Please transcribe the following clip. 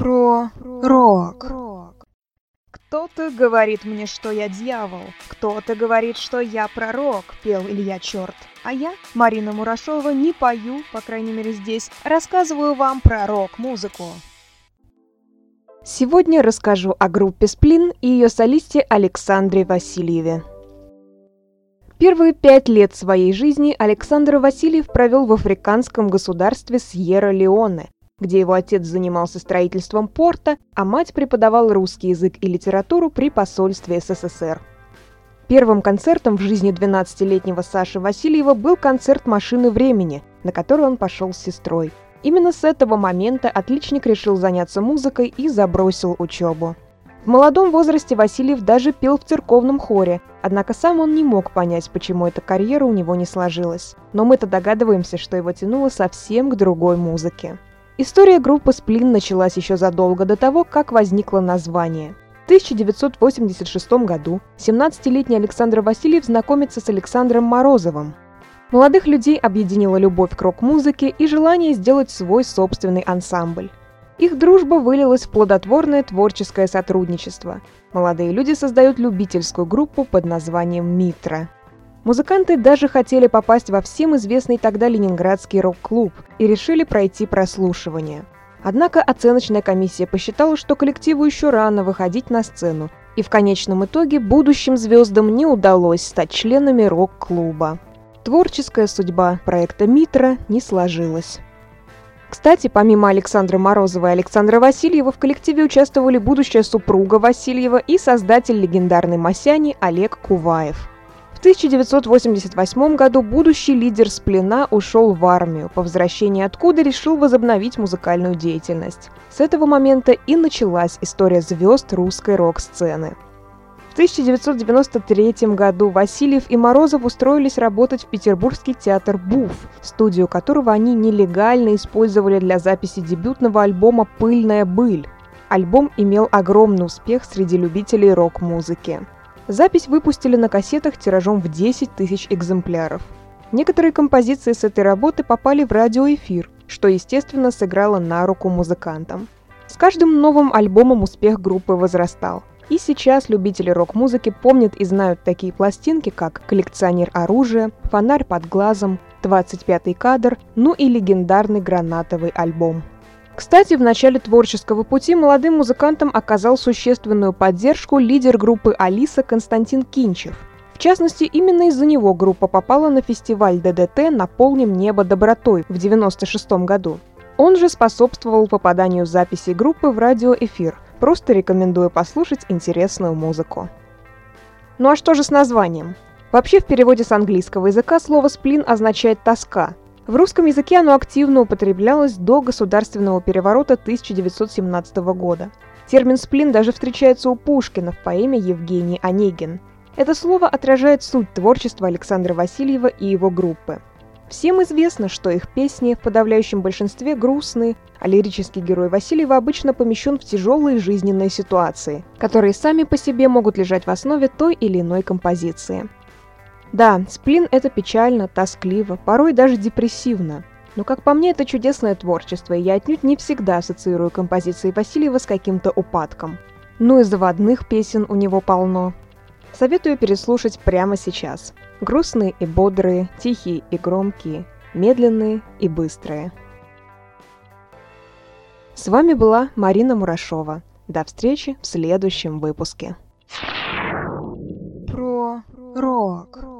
Про рок. Кто-то говорит мне, что я дьявол, кто-то говорит, что я пророк, пел Илья Черт. А я, Марина Мурашова, не пою, по крайней мере здесь, рассказываю вам про рок-музыку. Сегодня расскажу о группе «Сплин» и ее солисте Александре Васильеве. Первые 5 лет своей жизни Александр Васильев провел в африканском государстве Сьерра-Леоне, где его отец занимался строительством порта, а мать преподавала русский язык и литературу при посольстве СССР. Первым концертом в жизни 12-летнего Саши Васильева был концерт «Машины времени», на который он пошел с сестрой. Именно с этого момента отличник решил заняться музыкой и забросил учебу. В молодом возрасте Васильев даже пел в церковном хоре, однако сам он не мог понять, почему эта карьера у него не сложилась. Но мы-то догадываемся, что его тянуло совсем к другой музыке. История группы «Сплин» началась еще задолго до того, как возникло название. В 1986 году 17-летний Александр Васильев знакомится с Александром Морозовым. Молодых людей объединила любовь к рок-музыке и желание сделать свой собственный ансамбль. Их дружба вылилась в плодотворное творческое сотрудничество. Молодые люди создают любительскую группу под названием «Митра». Музыканты даже хотели попасть во всем известный тогда ленинградский рок-клуб и решили пройти прослушивание. Однако оценочная комиссия посчитала, что коллективу еще рано выходить на сцену, и в конечном итоге будущим звездам не удалось стать членами рок-клуба. Творческая судьба проекта «Митра» не сложилась. Кстати, помимо Александра Морозова и Александра Васильева, в коллективе участвовали будущая супруга Васильева и создатель легендарной «Масяни» Олег Куваев. В 1988 году будущий лидер «Сплина» ушел в армию, по возвращении откуда решил возобновить музыкальную деятельность. С этого момента и началась история звезд русской рок-сцены. В 1993 году Васильев и Морозов устроились работать в петербургский театр БУФ, студию которого они нелегально использовали для записи дебютного альбома «Пыльная быль». Альбом имел огромный успех среди любителей рок-музыки. Запись выпустили на кассетах тиражом в 10 тысяч экземпляров. Некоторые композиции с этой работы попали в радиоэфир, что, естественно, сыграло на руку музыкантам. С каждым новым альбомом успех группы возрастал. И сейчас любители рок-музыки помнят и знают такие пластинки, как «Коллекционер оружия», «Фонарь под глазом», «25-й кадр», ну и легендарный гранатовый альбом. Кстати, в начале творческого пути молодым музыкантам оказал существенную поддержку лидер группы «Алиса» Константин Кинчев. В частности, именно из-за него группа попала на фестиваль ДДТ «Наполним небо добротой» в 1996 году. Он же способствовал попаданию записей группы в радиоэфир. Просто рекомендую послушать интересную музыку. Ну а что же с названием? Вообще в переводе с английского языка слово «сплин» означает «тоска». В русском языке оно активно употреблялось до государственного переворота 1917 года. Термин «сплин» даже встречается у Пушкина в поэме «Евгений Онегин». Это слово отражает суть творчества Александра Васильева и его группы. Всем известно, что их песни в подавляющем большинстве грустные, а лирический герой Васильева обычно помещен в тяжелые жизненные ситуации, которые сами по себе могут лежать в основе той или иной композиции. Да, «Сплин» — это печально, тоскливо, порой даже депрессивно. Но, как по мне, это чудесное творчество, и я отнюдь не всегда ассоциирую композиции Васильева с каким-то упадком. Ну и заводных песен у него полно. Советую переслушать прямо сейчас. Грустные и бодрые, тихие и громкие, медленные и быстрые. С вами была Марина Мурашова. До встречи в следующем выпуске. Про рок.